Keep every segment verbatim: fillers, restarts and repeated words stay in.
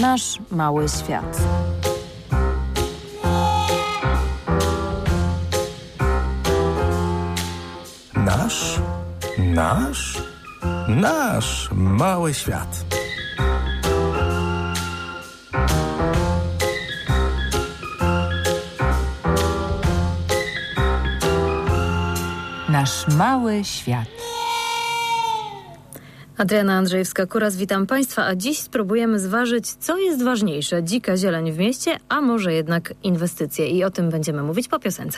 Nasz mały świat. Nasz, nasz, nasz mały świat. Nasz mały świat. Adriana Andrzejewska-Kuras, witam Państwa, a dziś spróbujemy zważyć, co jest ważniejsze, dzika zieleń w mieście, a może jednak inwestycje. I o tym będziemy mówić po piosence.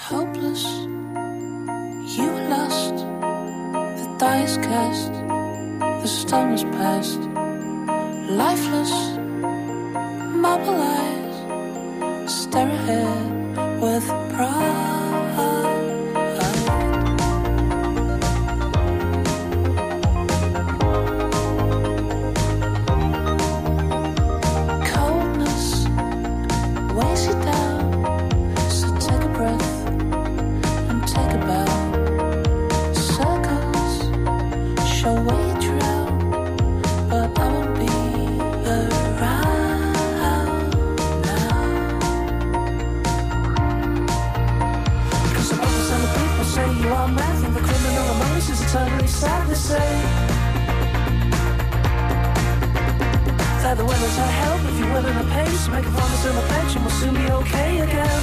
The weather's to help if you're willing to pay. So make a promise and a pledge and we'll soon be okay again.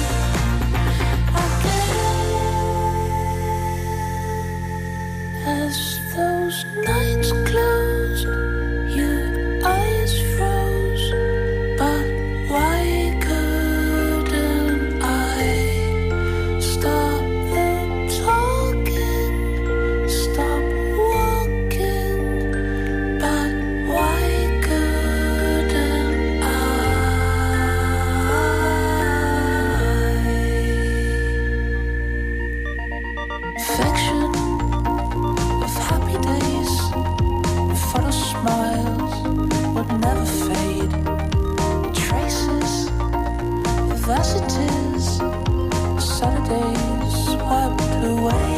Again. As those nights closed, your eyes froze. But why couldn't I stop the talking, stop walking? But why? As it is, Saturdays wiped away.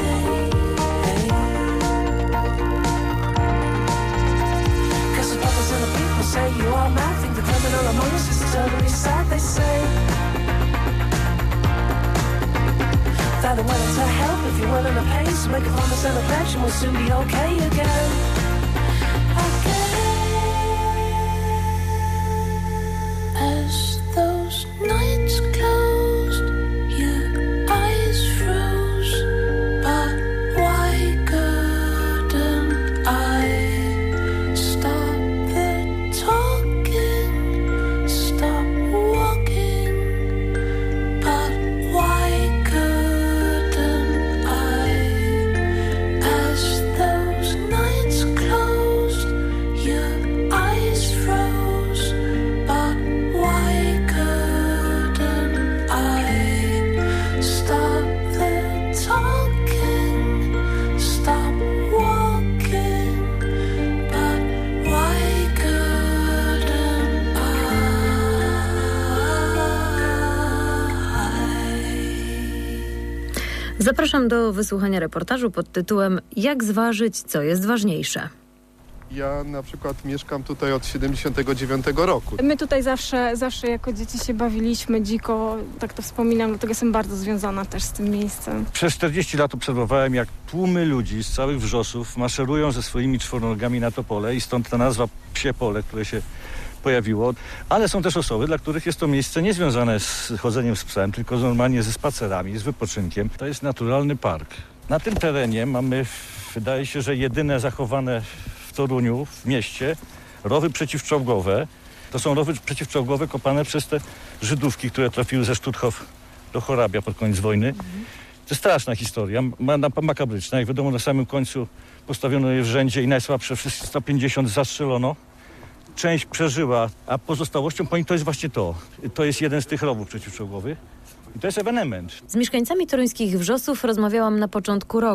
Cause the brothers and the people say you are mad. Think the criminal among us is eternally sad, they say. That they're willing to help if you're willing to pay. So make a promise and a pledge and we'll soon be okay again. Again. As those nights closed, your eyes froze. But why couldn't I stop the talking, stop walking? But why couldn't I? As those nights closed, your eyes froze. But why couldn't I stop the talking, stop walking? But why couldn't I? Zapraszam do wysłuchania reportażu pod tytułem Jak zważyć, co jest ważniejsze. Ja na przykład mieszkam tutaj od siedemdziesiątego dziewiątego roku. My tutaj zawsze, zawsze jako dzieci się bawiliśmy dziko, tak to wspominam, dlatego jestem bardzo związana też z tym miejscem. Przez czterdzieści lat obserwowałem, jak tłumy ludzi z całych wrzosów maszerują ze swoimi czworonogami na to pole i stąd ta nazwa Psie Pole, które się pojawiło. Ale są też osoby, dla których jest to miejsce niezwiązane z chodzeniem z psem, tylko normalnie ze spacerami, z wypoczynkiem. To jest naturalny park. Na tym terenie mamy, wydaje się, że jedyne zachowane w Toruniu, w mieście, rowy przeciwczołgowe. To są rowy przeciwczołgowe kopane przez te Żydówki, które trafiły ze Stutthof do Chorabia pod koniec wojny. To jest straszna historia, makabryczna. Jak wiadomo, na samym końcu postawiono je w rzędzie i najsłabsze wszystkie sto pięćdziesiąt zastrzelono. Część przeżyła, a pozostałością po nich to jest właśnie to. To jest jeden z tych rowów przeciwczołgowych. I to jest ewenement. Z mieszkańcami toruńskich Wrzosów rozmawiałam na początku roku.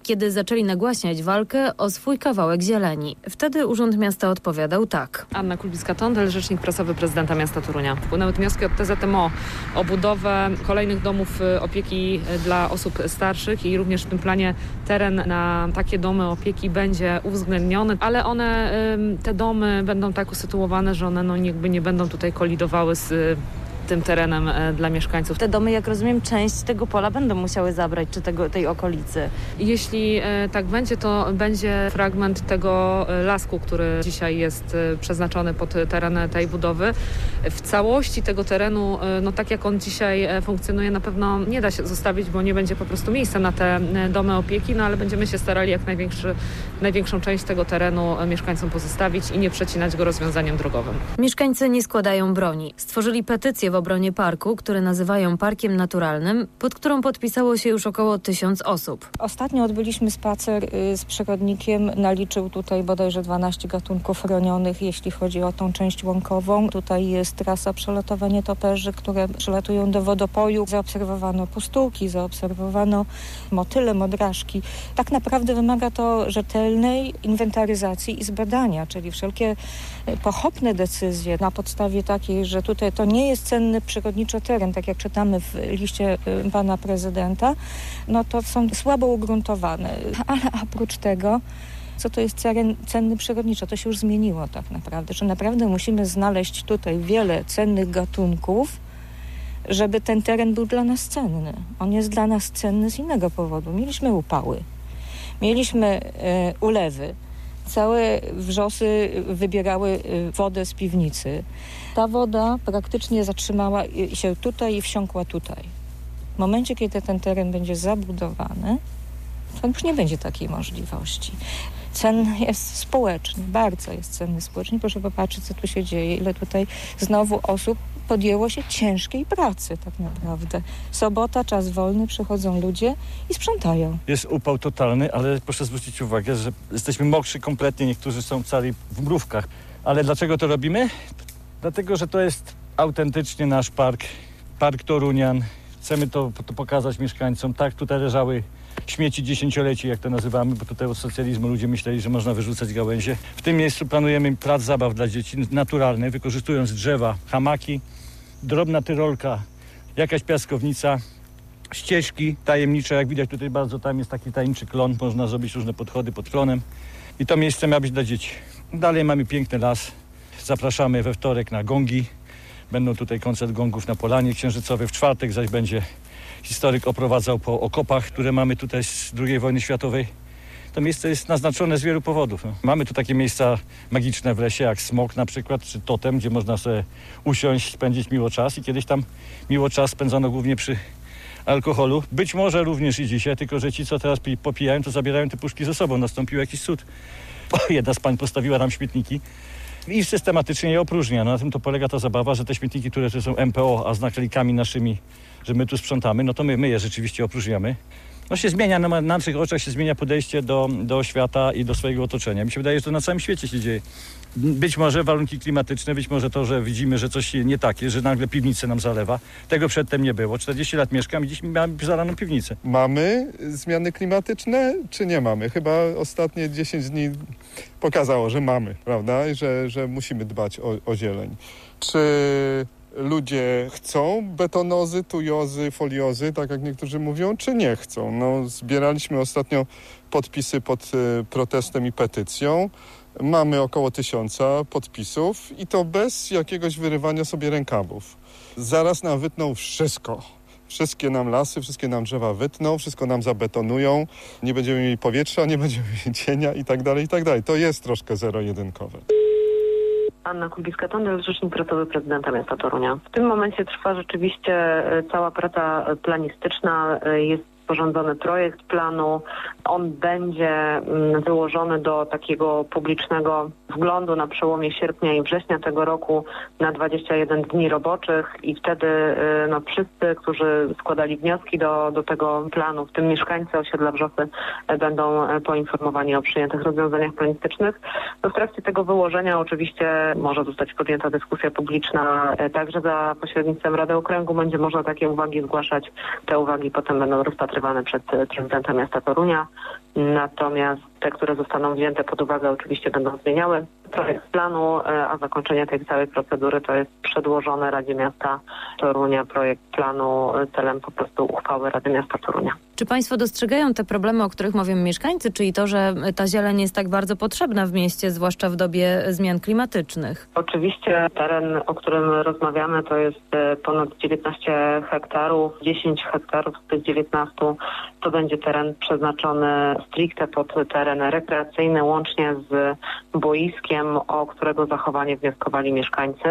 kiedy zaczęli nagłaśniać walkę o swój kawałek zieleni. Wtedy Urząd Miasta odpowiadał tak. Anna Kulbiska-Tondel, rzecznik prasowy prezydenta miasta Torunia. Wpłynęły wnioski od T Z M O o budowę kolejnych domów opieki dla osób starszych i również w tym planie teren na takie domy opieki będzie uwzględniony, ale one, te domy będą tak usytuowane, że one no jakby nie będą tutaj kolidowały z tym terenem dla mieszkańców. Te domy, jak rozumiem, część tego pola będą musiały zabrać, czy tego, tej okolicy. Jeśli e, tak będzie, to będzie fragment tego lasku, który dzisiaj jest e, przeznaczony pod teren tej budowy. W całości tego terenu, e, no tak jak on dzisiaj e, funkcjonuje, na pewno nie da się zostawić, bo nie będzie po prostu miejsca na te e, domy opieki, no ale będziemy się starali jak największy, największą część tego terenu e, mieszkańcom pozostawić i nie przecinać go rozwiązaniem drogowym. Mieszkańcy nie składają broni. Stworzyli petycję w obronie parku, który nazywają parkiem naturalnym, pod którą podpisało się już około tysiąc osób. Ostatnio odbyliśmy spacer z przyrodnikiem, naliczył tutaj bodajże dwanaście gatunków chronionych, jeśli chodzi o tą część łąkową. Tutaj jest trasa przelotowa nietoperzy, które przylatują do wodopoju. Zaobserwowano pustułki, zaobserwowano motyle, modraszki. Tak naprawdę wymaga to rzetelnej inwentaryzacji i zbadania, czyli wszelkie pochopne decyzje na podstawie takiej, że tutaj to nie jest cenny przyrodniczo teren, tak jak czytamy w liście pana prezydenta, no to są słabo ugruntowane. Ale oprócz tego, co to jest teren cenny przyrodniczo, to się już zmieniło tak naprawdę, że naprawdę musimy znaleźć tutaj wiele cennych gatunków, żeby ten teren był dla nas cenny. On jest dla nas cenny z innego powodu. Mieliśmy upały, mieliśmy e, ulewy, całe wrzosy wybierały wodę z piwnicy. Ta woda praktycznie zatrzymała się tutaj i wsiąkła tutaj. W momencie, kiedy ten teren będzie zabudowany, to już nie będzie takiej możliwości. Cenny jest społecznie, bardzo jest cenny społecznie. Proszę popatrzeć, co tu się dzieje, ile tutaj znowu osób podjęło się ciężkiej pracy tak naprawdę. Sobota, czas wolny, przychodzą ludzie i sprzątają. Jest upał totalny, ale proszę zwrócić uwagę, że jesteśmy mokrzy kompletnie, niektórzy są cali w mrówkach. Ale dlaczego to robimy? Dlatego, że to jest autentycznie nasz park, park Torunian. Chcemy to, to pokazać mieszkańcom. Tak, tutaj leżały śmieci dziesięcioleci, jak to nazywamy, bo tutaj od socjalizmu ludzie myśleli, że można wyrzucać gałęzie. W tym miejscu planujemy plac zabaw dla dzieci naturalny, wykorzystując drzewa, hamaki, drobna tyrolka, jakaś piaskownica, ścieżki tajemnicze, jak widać tutaj bardzo, tam jest taki tajemniczy klon, można zrobić różne podchody pod klonem i to miejsce ma być dla dzieci. Dalej mamy piękny las, zapraszamy we wtorek na gongi, będą tutaj koncert gongów na Polanie Księżycowej, w czwartek zaś będzie historyk oprowadzał po okopach, które mamy tutaj z drugiej wojny światowej. To miejsce jest naznaczone z wielu powodów. No. Mamy tu takie miejsca magiczne w lesie, jak smok na przykład, czy totem, gdzie można sobie usiąść, spędzić miło czas i kiedyś tam miło czas spędzano głównie przy alkoholu. Być może również i dzisiaj, tylko że ci, co teraz popijają, to zabierają te puszki ze sobą. Nastąpił jakiś cud. O, jedna z pań postawiła nam śmietniki i systematycznie je opróżnia. No, na tym to polega ta zabawa, że te śmietniki, które tu są M P O, a z naklikami naszymi, że my tu sprzątamy, no to my, my je rzeczywiście opróżniamy. No się zmienia, na, na naszych oczach się zmienia podejście do, do świata i do swojego otoczenia. Mi się wydaje, że to na całym świecie się dzieje. Być może warunki klimatyczne, być może to, że widzimy, że coś nie takie, że nagle piwnicę nam zalewa. Tego przedtem nie było. czterdzieści lat mieszkam i dziś miałem zalaną piwnicę. Mamy zmiany klimatyczne, czy nie mamy? Chyba ostatnie dziesięć dni pokazało, że mamy, prawda? I że, że musimy dbać o, o zieleń. Czy ludzie chcą betonozy, tujozy, foliozy, tak jak niektórzy mówią, czy nie chcą? No, zbieraliśmy ostatnio podpisy pod y, protestem i petycją. Mamy około tysiąca podpisów i to bez jakiegoś wyrywania sobie rękawów. Zaraz nam wytną wszystko. Wszystkie nam lasy, wszystkie nam drzewa wytną, wszystko nam zabetonują. Nie będziemy mieli powietrza, nie będziemy mieli cienia i tak dalej, i tak dalej. To jest troszkę zero-jedynkowe. Anna Kulbiska-Tondel, rzecznik prasowy prezydenta miasta Torunia. W tym momencie trwa rzeczywiście cała praca planistyczna. Jest sporządzony projekt planu. On będzie wyłożony do takiego publicznego wglądu na przełomie sierpnia i września tego roku na dwadzieścia jeden dni roboczych i wtedy no, wszyscy, którzy składali wnioski do, do tego planu, w tym mieszkańcy osiedla Wrzosy, będą poinformowani o przyjętych rozwiązaniach planistycznych. No, w trakcie tego wyłożenia oczywiście może zostać podjęta dyskusja publiczna, także za pośrednictwem Rady Okręgu będzie można takie uwagi zgłaszać. Te uwagi potem będą rozpatrywane przed prezydentem miasta Torunia. Natomiast te, które zostaną wzięte pod uwagę, oczywiście będą zmieniały projekt planu, a zakończenie tej całej procedury to jest przedłożone Radzie Miasta Torunia projekt planu celem po prostu uchwały Rady Miasta Torunia. Czy Państwo dostrzegają te problemy, o których mówią mieszkańcy, czyli to, że ta zieleń jest tak bardzo potrzebna w mieście, zwłaszcza w dobie zmian klimatycznych? Oczywiście teren, o którym rozmawiamy, to jest ponad dziewiętnaście hektarów. dziesięć hektarów z tych dziewiętnastu to będzie teren przeznaczony stricte pod teren rekreacyjny, łącznie z boiskiem, o którego zachowanie wnioskowali mieszkańcy.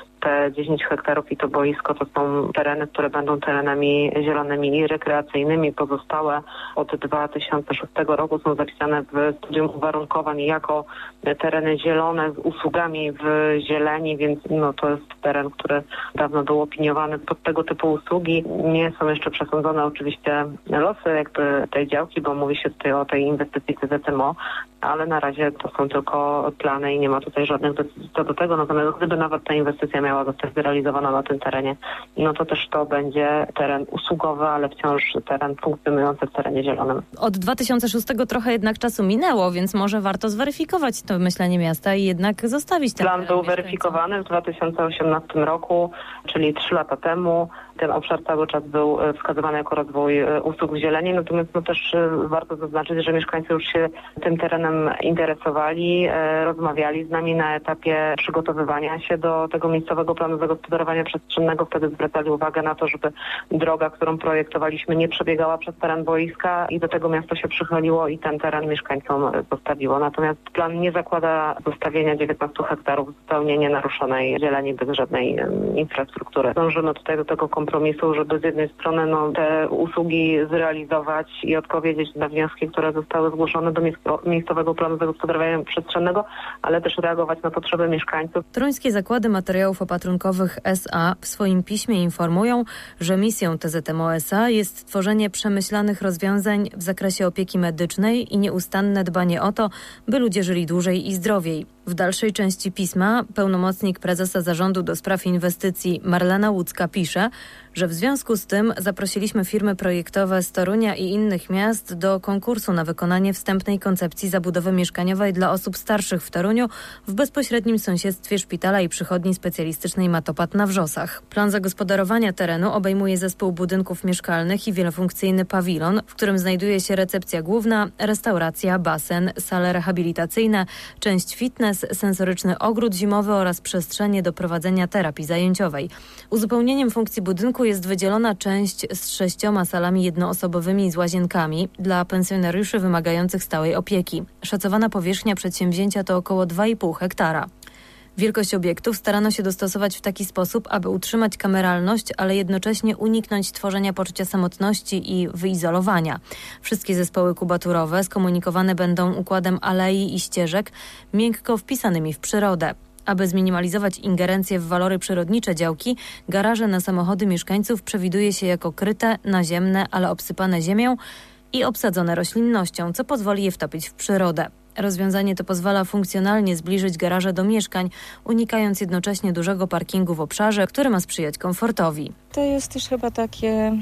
Te dziesięć hektarów i to boisko to są tereny, które będą terenami zielonymi i rekreacyjnymi. Pozostałe od dwa tysiące szóstego roku są zapisane w studium uwarunkowań jako tereny zielone z usługami w zieleni, więc no, to jest teren, który dawno był opiniowany pod tego typu usługi. Nie są jeszcze przesądzone oczywiście losy jakby tej działki, bo mówi się tutaj o tej inwestycji C Z M O, ale na razie to są tylko plany i nie ma tutaj żadnych decyzji co do tego. Natomiast gdyby nawet ta inwestycja miała zostać zrealizowana na tym terenie, no to też to będzie teren usługowy, ale wciąż teren funkcjonujący w terenie zielonym. Od dwa tysiące szóstego trochę jednak czasu minęło, więc może warto zweryfikować to myślenie miasta i jednak zostawić ten plan. Był weryfikowany w dwa tysiące osiemnastym roku, czyli trzy lata temu. Ten obszar cały czas był wskazywany jako rozwój usług w zieleni, natomiast no też warto zaznaczyć, że mieszkańcy już się tym terenem interesowali, rozmawiali z nami na etapie przygotowywania się do tego miejscowego planu zagospodarowania przestrzennego. Wtedy zwracali uwagę na to, żeby droga, którą projektowaliśmy, nie przebiegała przez teren boiska i do tego miasto się przychyliło i ten teren mieszkańcom zostawiło. Natomiast plan nie zakłada zostawienia dziewiętnastu hektarów zupełnie nienaruszonej zieleni bez żadnej infrastruktury. Dążymy tutaj do tego kompromisu, żeby z jednej strony no, te usługi zrealizować i odpowiedzieć na wnioski, które zostały zgłoszone do miejscowego planu zagospodarowania przestrzennego, ale też reagować na potrzeby mieszkańców. Toruńskie Zakłady Materiałów Opatrunkowych S A w swoim piśmie informują, że misją T Z M O S A jest tworzenie przemyślanych rozwiązań w zakresie opieki medycznej i nieustanne dbanie o to, by ludzie żyli dłużej i zdrowiej. W dalszej części pisma pełnomocnik prezesa Zarządu do Spraw Inwestycji Marlena Łódzka pisze, że w związku z tym zaprosiliśmy firmy projektowe z Torunia i innych miast do konkursu na wykonanie wstępnej koncepcji zabudowy mieszkaniowej dla osób starszych w Toruniu w bezpośrednim sąsiedztwie szpitala i przychodni specjalistycznej Matopat na Wrzosach. Plan zagospodarowania terenu obejmuje zespół budynków mieszkalnych i wielofunkcyjny pawilon, w którym znajduje się recepcja główna, restauracja, basen, sale rehabilitacyjne, część fitness, sensoryczny ogród zimowy oraz przestrzenie do prowadzenia terapii zajęciowej. Uzupełnieniem funkcji budynku jest wydzielona część z sześcioma salami jednoosobowymi z łazienkami dla pensjonariuszy wymagających stałej opieki. Szacowana powierzchnia przedsięwzięcia to około dwa i pół hektara. Wielkość obiektów starano się dostosować w taki sposób, aby utrzymać kameralność, ale jednocześnie uniknąć tworzenia poczucia samotności i wyizolowania. Wszystkie zespoły kubaturowe skomunikowane będą układem alei i ścieżek, miękko wpisanymi w przyrodę. Aby zminimalizować ingerencję w walory przyrodnicze działki, garaże na samochody mieszkańców przewiduje się jako kryte, naziemne, ale obsypane ziemią i obsadzone roślinnością, co pozwoli je wtopić w przyrodę. Rozwiązanie to pozwala funkcjonalnie zbliżyć garaże do mieszkań, unikając jednocześnie dużego parkingu w obszarze, który ma sprzyjać komfortowi. To jest też chyba takie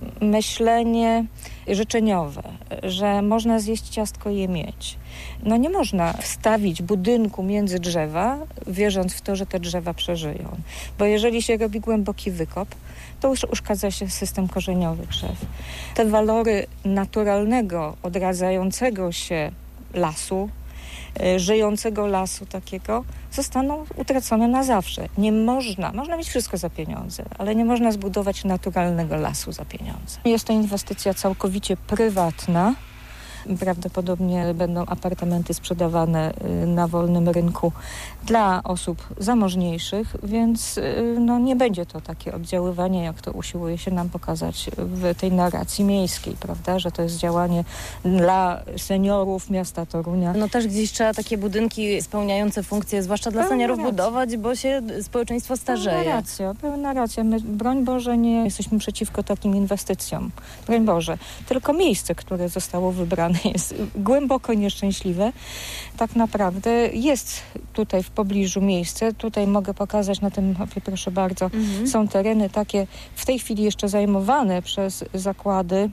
myślenie życzeniowe, że można zjeść ciastko i je mieć. No nie można wstawić budynku między drzewa, wierząc w to, że te drzewa przeżyją. Bo jeżeli się robi głęboki wykop, to już uszkadza się system korzeniowy drzew. Te walory naturalnego, odradzającego się lasu, żyjącego lasu takiego, zostaną utracone na zawsze. Nie można, można mieć wszystko za pieniądze, ale nie można zbudować naturalnego lasu za pieniądze. Jest to inwestycja całkowicie prywatna. Prawdopodobnie będą apartamenty sprzedawane na wolnym rynku dla osób zamożniejszych, więc no, nie będzie to takie oddziaływanie, jak to usiłuje się nam pokazać w tej narracji miejskiej, prawda, że to jest działanie dla seniorów miasta Torunia. No też gdzieś trzeba takie budynki spełniające funkcje, zwłaszcza dla Pełna seniorów, racja. budować, bo się społeczeństwo starzeje. Pełna racja, pełna racja. My, broń Boże, nie jesteśmy przeciwko takim inwestycjom. Broń Boże. Tylko miejsce, które zostało wybrane, jest głęboko nieszczęśliwe. Tak naprawdę jest tutaj w pobliżu miejsce. Tutaj mogę pokazać na tym mapie, proszę bardzo. Mhm. Są tereny takie w tej chwili jeszcze zajmowane przez zakłady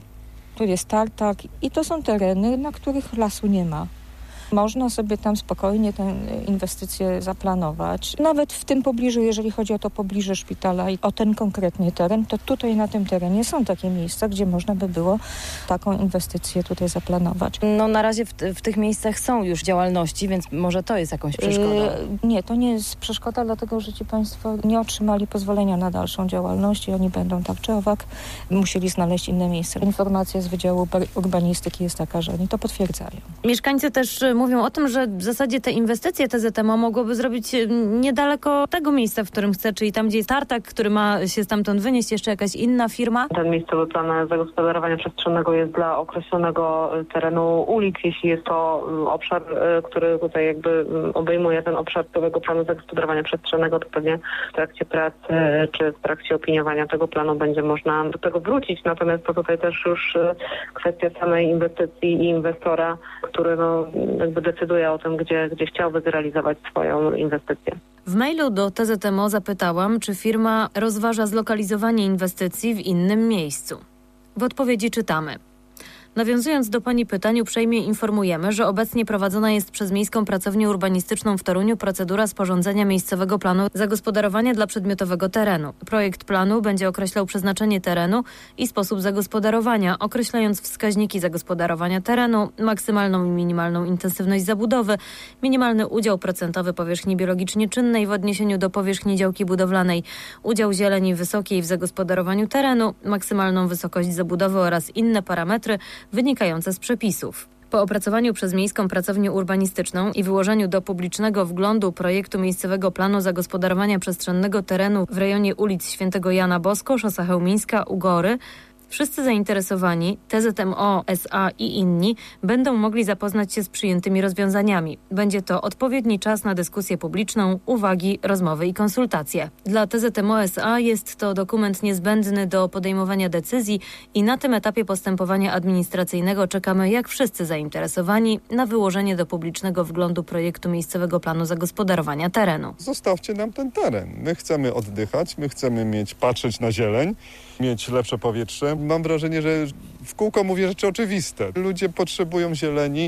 tu jest tartak i to są tereny, na których lasu nie ma. Można sobie tam spokojnie tę inwestycję zaplanować. Nawet w tym pobliżu, jeżeli chodzi o to pobliże szpitala i o ten konkretnie teren, to tutaj na tym terenie są takie miejsca, gdzie można by było taką inwestycję tutaj zaplanować. No na razie w, w tych miejscach są już działalności, więc może to jest jakąś przeszkodą. Yy, nie, to nie jest przeszkoda, dlatego że ci państwo nie otrzymali pozwolenia na dalszą działalność i oni będą tak czy owak musieli znaleźć inne miejsce. Informacja z Wydziału Urbanistyki jest taka, że oni to potwierdzają. Mieszkańcy też mówią o tym, że w zasadzie te inwestycje T Z M O mogłoby zrobić niedaleko tego miejsca, w którym chce, czyli tam, gdzie jest tartak, który ma się stamtąd wynieść, jeszcze jakaś inna firma. Ten miejscowy plan zagospodarowania przestrzennego jest dla określonego terenu ulic. Jeśli jest to obszar, który tutaj jakby obejmuje ten obszar całego planu zagospodarowania przestrzennego, to pewnie w trakcie prac czy w trakcie opiniowania tego planu będzie można do tego wrócić. Natomiast to tutaj też już kwestia samej inwestycji i inwestora, który no jakby decyduje o tym, gdzie, gdzie chciałby zrealizować swoją inwestycję. W mailu do T Z M O zapytałam, czy firma rozważa zlokalizowanie inwestycji w innym miejscu. W odpowiedzi czytamy. Nawiązując do Pani pytań, uprzejmie informujemy, że obecnie prowadzona jest przez Miejską Pracownię Urbanistyczną w Toruniu procedura sporządzenia miejscowego planu zagospodarowania dla przedmiotowego terenu. Projekt planu będzie określał przeznaczenie terenu i sposób zagospodarowania, określając wskaźniki zagospodarowania terenu, maksymalną i minimalną intensywność zabudowy, minimalny udział procentowy powierzchni biologicznie czynnej w odniesieniu do powierzchni działki budowlanej, udział zieleni wysokiej w zagospodarowaniu terenu, maksymalną wysokość zabudowy oraz inne parametry wynikające z przepisów. Po opracowaniu przez Miejską Pracownię Urbanistyczną i wyłożeniu do publicznego wglądu projektu miejscowego planu zagospodarowania przestrzennego terenu w rejonie ulic Świętego Jana Bosko, Szosa Chełmińska, Ugory, wszyscy zainteresowani, T Z M O S A i inni, będą mogli zapoznać się z przyjętymi rozwiązaniami. Będzie to odpowiedni czas na dyskusję publiczną, uwagi, rozmowy i konsultacje. Dla T Z M O S A jest to dokument niezbędny do podejmowania decyzji i na tym etapie postępowania administracyjnego czekamy, jak wszyscy zainteresowani, na wyłożenie do publicznego wglądu projektu miejscowego planu zagospodarowania terenu. Zostawcie nam ten teren. My chcemy oddychać, my chcemy mieć, patrzeć na zieleń, mieć lepsze powietrze. Mam wrażenie, że w kółko mówię rzeczy oczywiste. Ludzie potrzebują zieleni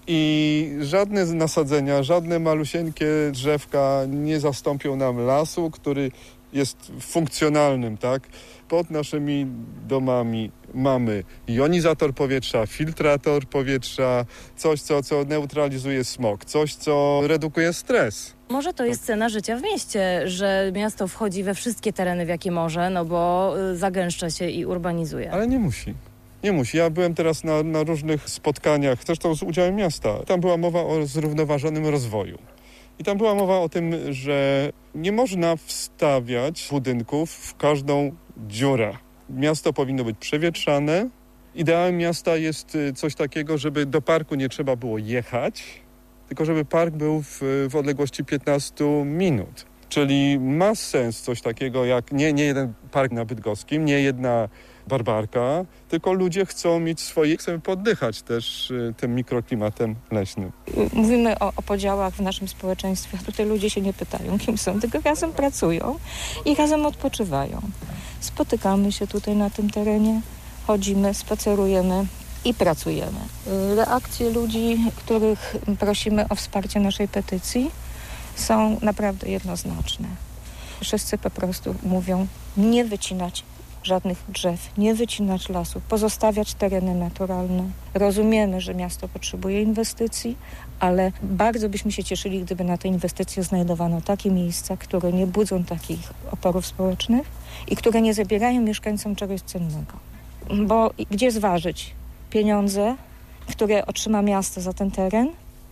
i żadne nasadzenia, żadne malusieńkie drzewka nie zastąpią nam lasu, który jest funkcjonalnym, tak? Pod naszymi domami mamy jonizator powietrza, filtrator powietrza, coś, co, co neutralizuje smog, coś, co redukuje stres. Może to jest cena życia w mieście, że miasto wchodzi we wszystkie tereny, w jakie może, no bo zagęszcza się i urbanizuje. Ale nie musi. Nie musi. Ja byłem teraz na, na różnych spotkaniach, zresztą z udziałem miasta. Tam była mowa o zrównoważonym rozwoju. I tam była mowa o tym, że nie można wstawiać budynków w każdą dziurę. Miasto powinno być przewietrzane. Ideałem miasta jest coś takiego, żeby do parku nie trzeba było jechać, tylko żeby park był w, w odległości piętnaście minut. Czyli ma sens coś takiego jak nie, nie jeden park na Bydgoskim, nie jedna Barbarka, tylko ludzie chcą mieć swoje, chcemy poddychać też y, tym mikroklimatem leśnym. Mówimy o, o podziałach w naszym społeczeństwie. Tutaj ludzie się nie pytają, kim są, tylko razem pracują i razem odpoczywają. Spotykamy się tutaj na tym terenie, chodzimy, spacerujemy i pracujemy. Reakcje ludzi, których prosimy o wsparcie naszej petycji, są naprawdę jednoznaczne. Wszyscy po prostu mówią, nie wycinać żadnych drzew, nie wycinać lasów, pozostawiać tereny naturalne. Rozumiemy, że miasto potrzebuje inwestycji, ale bardzo byśmy się cieszyli, gdyby na te inwestycje znajdowano takie miejsca, które nie budzą takich oporów społecznych i które nie zabierają mieszkańcom czegoś cennego. Bo gdzie zważyć pieniądze, które otrzyma miasto za ten teren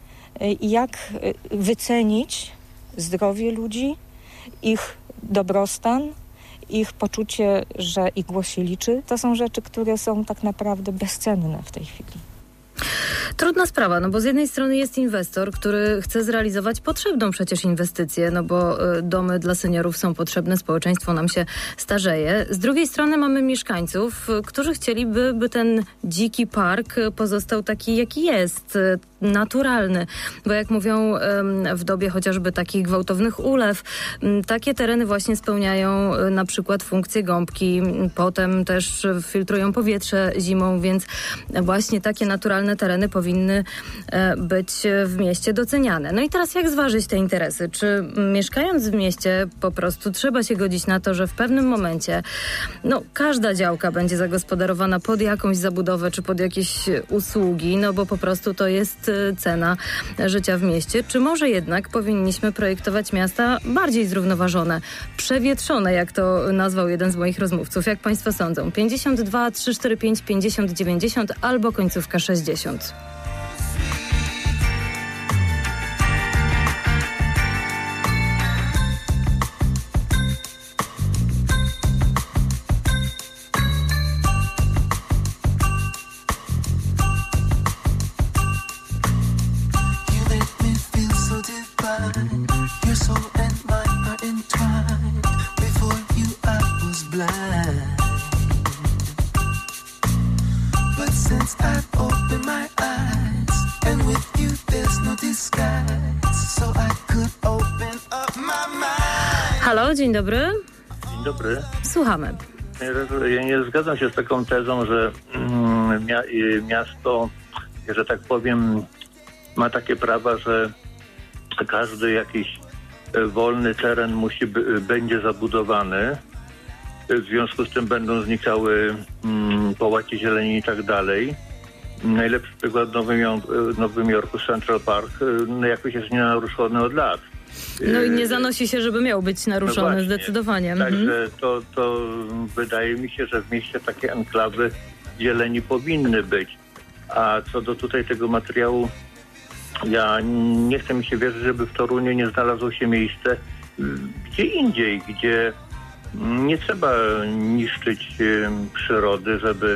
i jak wycenić zdrowie ludzi, ich dobrostan, ich poczucie, że ich głos się liczy. To są rzeczy, które są tak naprawdę bezcenne w tej chwili. Trudna sprawa, no bo z jednej strony jest inwestor, który chce zrealizować potrzebną przecież inwestycję, no bo y, domy dla seniorów są potrzebne, społeczeństwo nam się starzeje. Z drugiej strony mamy mieszkańców, y, którzy chcieliby, by ten dziki park pozostał taki, jaki jest. naturalny. Bo jak mówią w dobie chociażby takich gwałtownych ulew, takie tereny właśnie spełniają na przykład funkcję gąbki, potem też filtrują powietrze zimą, więc właśnie takie naturalne tereny powinny być w mieście doceniane. No i teraz jak zważyć te interesy? Czy mieszkając w mieście po prostu trzeba się godzić na to, że w pewnym momencie no, każda działka będzie zagospodarowana pod jakąś zabudowę czy pod jakieś usługi, no bo po prostu to jest cena życia w mieście. Czy może jednak powinniśmy projektować miasta bardziej zrównoważone, przewietrzone, jak to nazwał jeden z moich rozmówców. Jak Państwo sądzą? pięćdziesiąt dwa trzysta czterdzieści pięć pięćdziesiąt dziewięćdziesiąt albo końcówka sześćdziesiąt. Your soul and mine are entwined. Before you I was blind, but since I've opened my eyes, and with you there's no disguise, so I could open up my mind. Halo, dzień dobry. Dzień dobry. Słuchamy. Ja nie zgadzam się z taką tezą, że mm, mia- miasto, że tak powiem, ma takie prawa, że każdy jakiś wolny teren musi by, będzie zabudowany. W związku z tym będą znikały mm, połacie zieleni i tak dalej. Najlepszy przykład w Nowym, w Nowym Jorku, Central Park, no jakoś jest nienaruszony od lat. No i nie zanosi się, żeby miał być naruszony, no właśnie, zdecydowanie. Także mhm. to, to wydaje mi się, że w mieście takie enklawy zieleni powinny być. A co do tutaj tego materiału, ja nie chcę mi się wierzyć, żeby w Toruniu nie znalazło się miejsce gdzie indziej, gdzie nie trzeba niszczyć przyrody, żeby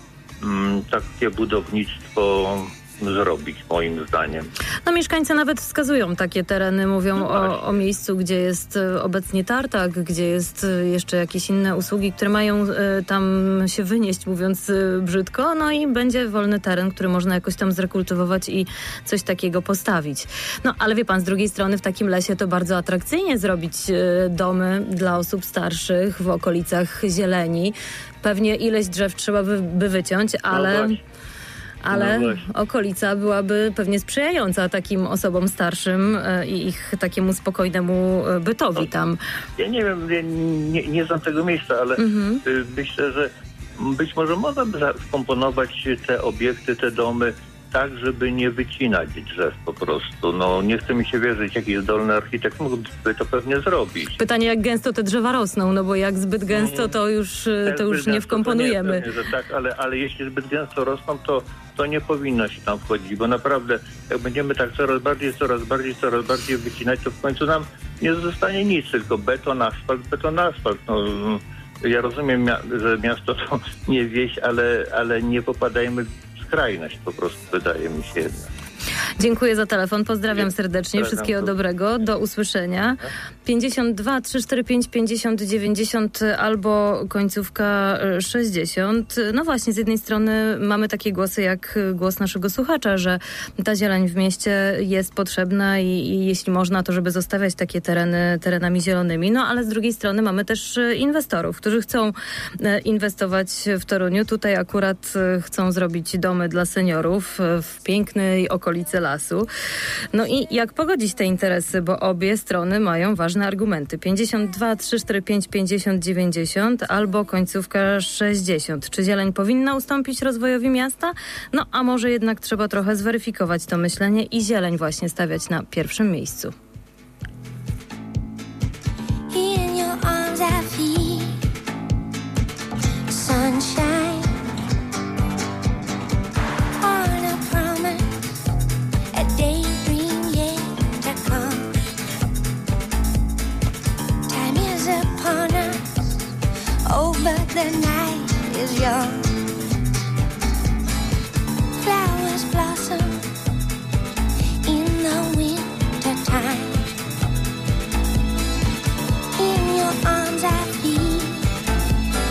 takie budownictwo zrobić, moim zdaniem. No mieszkańcy nawet wskazują takie tereny, mówią no o, o miejscu, gdzie jest obecnie tartak, gdzie jest jeszcze jakieś inne usługi, które mają tam się wynieść, mówiąc brzydko, no i będzie wolny teren, który można jakoś tam zrekultywować i coś takiego postawić. No ale wie pan, z drugiej strony w takim lesie to bardzo atrakcyjnie zrobić domy dla osób starszych w okolicach zieleni. Pewnie ileś drzew trzeba by, by wyciąć, ale... No Ale no okolica byłaby pewnie sprzyjająca takim osobom starszym i ich takiemu spokojnemu bytowi tam. Ja nie wiem, ja nie, nie znam tego miejsca, ale mhm. myślę, że być może można by wkomponować te obiekty, te domy tak, żeby nie wycinać drzew po prostu. No nie chce mi się wierzyć, jakiś zdolny architekt mógłby to pewnie zrobić. Pytanie, jak gęsto te drzewa rosną, no bo jak zbyt gęsto, to już, to już nie wkomponujemy. Nie, pewnie, że tak, ale, ale jeśli zbyt gęsto rosną, to to nie powinno się tam wchodzić, bo naprawdę jak będziemy tak coraz bardziej, coraz bardziej, coraz bardziej wycinać, to w końcu nam nie zostanie nic, tylko beton, asfalt, beton, asfalt. No, ja rozumiem, że miasto to nie wieś, ale, ale nie popadajmy w skrajność po prostu, wydaje mi się jednak. Dziękuję za telefon, pozdrawiam serdecznie, wszystkiego dobrego, do usłyszenia. pięćdziesiąt dwa trzysta czterdzieści pięć pięćdziesiąt dziewięćdziesiąt albo końcówka sześćdziesiąt. No właśnie, z jednej strony mamy takie głosy jak głos naszego słuchacza, że ta zieleń w mieście jest potrzebna i, i jeśli można, to żeby zostawiać takie tereny terenami zielonymi. No ale z drugiej strony mamy też inwestorów, którzy chcą inwestować w Toruniu. Tutaj akurat chcą zrobić domy dla seniorów w pięknej okolicy lasu. No i jak pogodzić te interesy, bo obie strony mają ważne argumenty. pięćdziesiąt dwa trzysta czterdzieści pięć pięćdziesiąt dziewięćdziesiąt albo końcówka sześćdziesiąt. Czy zieleń powinna ustąpić rozwojowi miasta? No a może jednak trzeba trochę zweryfikować to myślenie i zieleń właśnie stawiać na pierwszym miejscu. In your arms I feel sunshine. But the night is young. Flowers blossom in the winter time. In your arms I feel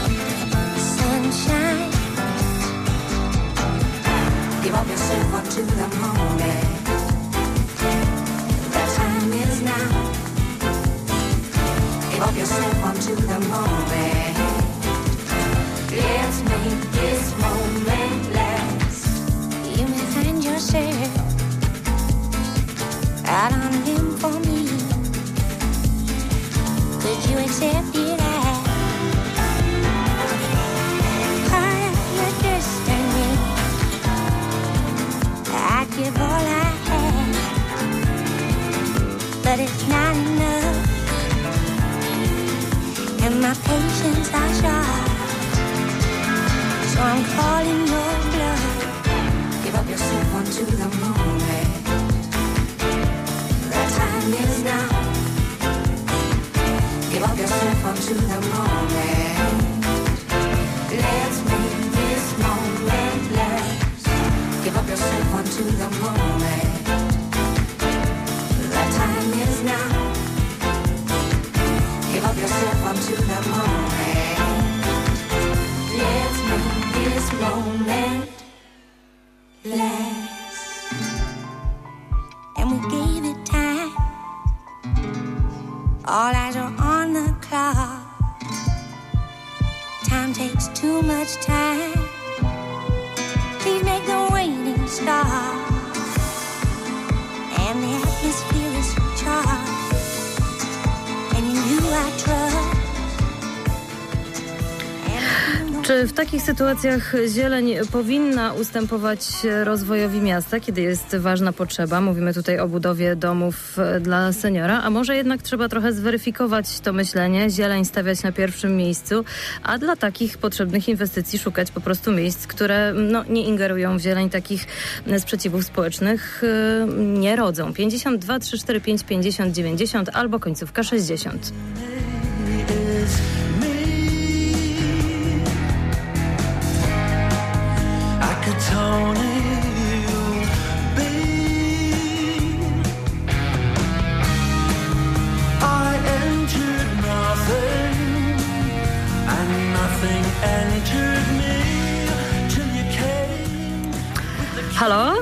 sunshine. Give up yourself up to the the moment. The time is now. Give up yourself onto the moment. Let's make this moment last. You may find yourself out on a limb for me. Could you accept it as part of your destiny? I'd give all I have, but it's not enough, and my patience are short. So I'm calling your bluff. Give up yourself onto the moment. The time is now. Give up yourself onto the moment. Let's make this moment last. Give up yourself onto the moment. The time is now. Give up yourself onto the moment. Let's make this moment last. And we gave it time. All eyes are on the clock. Time takes too much time. Please make the waiting stop. And the atmosphere is charged. And in you I trust. Czy w takich sytuacjach zieleń powinna ustępować rozwojowi miasta, kiedy jest ważna potrzeba? Mówimy tutaj o budowie domów dla seniora, a może jednak trzeba trochę zweryfikować to myślenie, zieleń stawiać na pierwszym miejscu, a dla takich potrzebnych inwestycji szukać po prostu miejsc, które no, nie ingerują w zieleń, takich sprzeciwów społecznych nie rodzą. pięćdziesiąt dwa trzysta czterdzieści pięć pięćdziesiąt dziewięćdziesiąt albo końcówka sześćdziesiąt. Halo?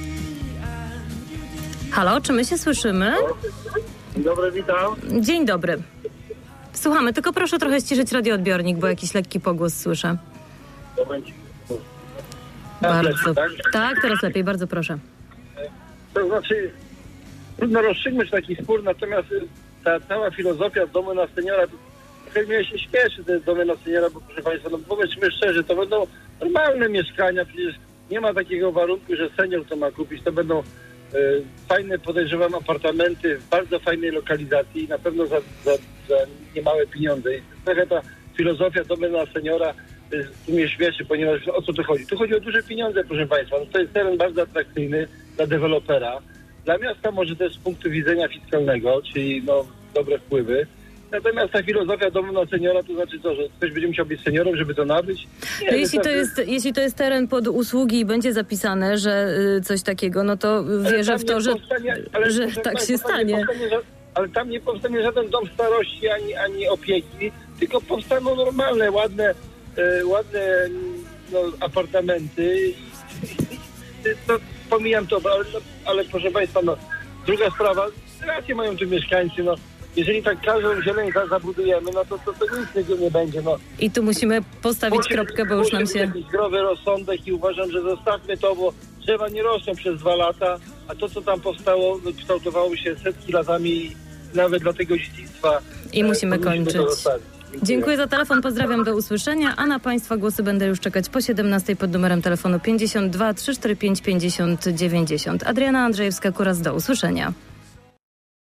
Halo, czy my się słyszymy? Dzień dobry, witam. Dzień dobry. Słuchamy, tylko proszę trochę ściszyć radioodbiornik, bo jakiś lekki pogłos słyszę. Momencik. Bardzo. Tak? tak, teraz lepiej, bardzo proszę. To znaczy, trudno rozstrzygnąć taki spór, natomiast ta cała filozofia domu na seniora, trochę mnie się śpieszy te domy na seniora, bo proszę Państwa, no powiedzmy szczerze, to będą normalne mieszkania, przecież nie ma takiego warunku, że senior to ma kupić, to będą e, fajne, podejrzewam, apartamenty w bardzo fajnej lokalizacji i na pewno za, za, za niemałe pieniądze. I trochę ta filozofia domu na seniora tu mnie śmieszy, ponieważ o co tu chodzi? Tu chodzi o duże pieniądze, proszę Państwa. No to jest teren bardzo atrakcyjny dla dewelopera. Dla miasta może też z punktu widzenia fiskalnego, czyli no, dobre wpływy. Natomiast ta filozofia domu na seniora to znaczy co, że ktoś będzie musiał być seniorem, żeby to nabyć? Nie, no jeśli, to jest, jeśli to jest teren pod usługi i będzie zapisane, że y, coś takiego, no to wierzę w to, że, powstanie, ale że tak tak się stanie. Ale tam nie powstanie żaden dom starości ani, ani opieki, tylko powstaną normalne, ładne, e, ładne no, apartamenty. No, pomijam to, ale, ale proszę Państwa, no, druga sprawa, rację mają tu mieszkańcy, no. Jeżeli tak każdą zieleń zabudujemy, no to, to, to nic tego nie będzie. No. I tu musimy postawić musi, kropkę, bo już nam się... Musi być zdrowy rozsądek i uważam, że zostawmy to, bo drzewa nie rosną przez dwa lata, a to, co tam powstało, no, kształtowało się setki latami nawet dla tego dziedzictwa. I musimy kończyć. Dziękuję. Dziękuję za telefon, pozdrawiam, do usłyszenia, a na Państwa głosy będę już czekać po siedemnastej pod numerem telefonu pięćdziesiąt dwa trzysta czterdzieści pięć pięćdziesiąt dziewięćdziesiąt. Adriana Andrzejewska-Kuras, do usłyszenia.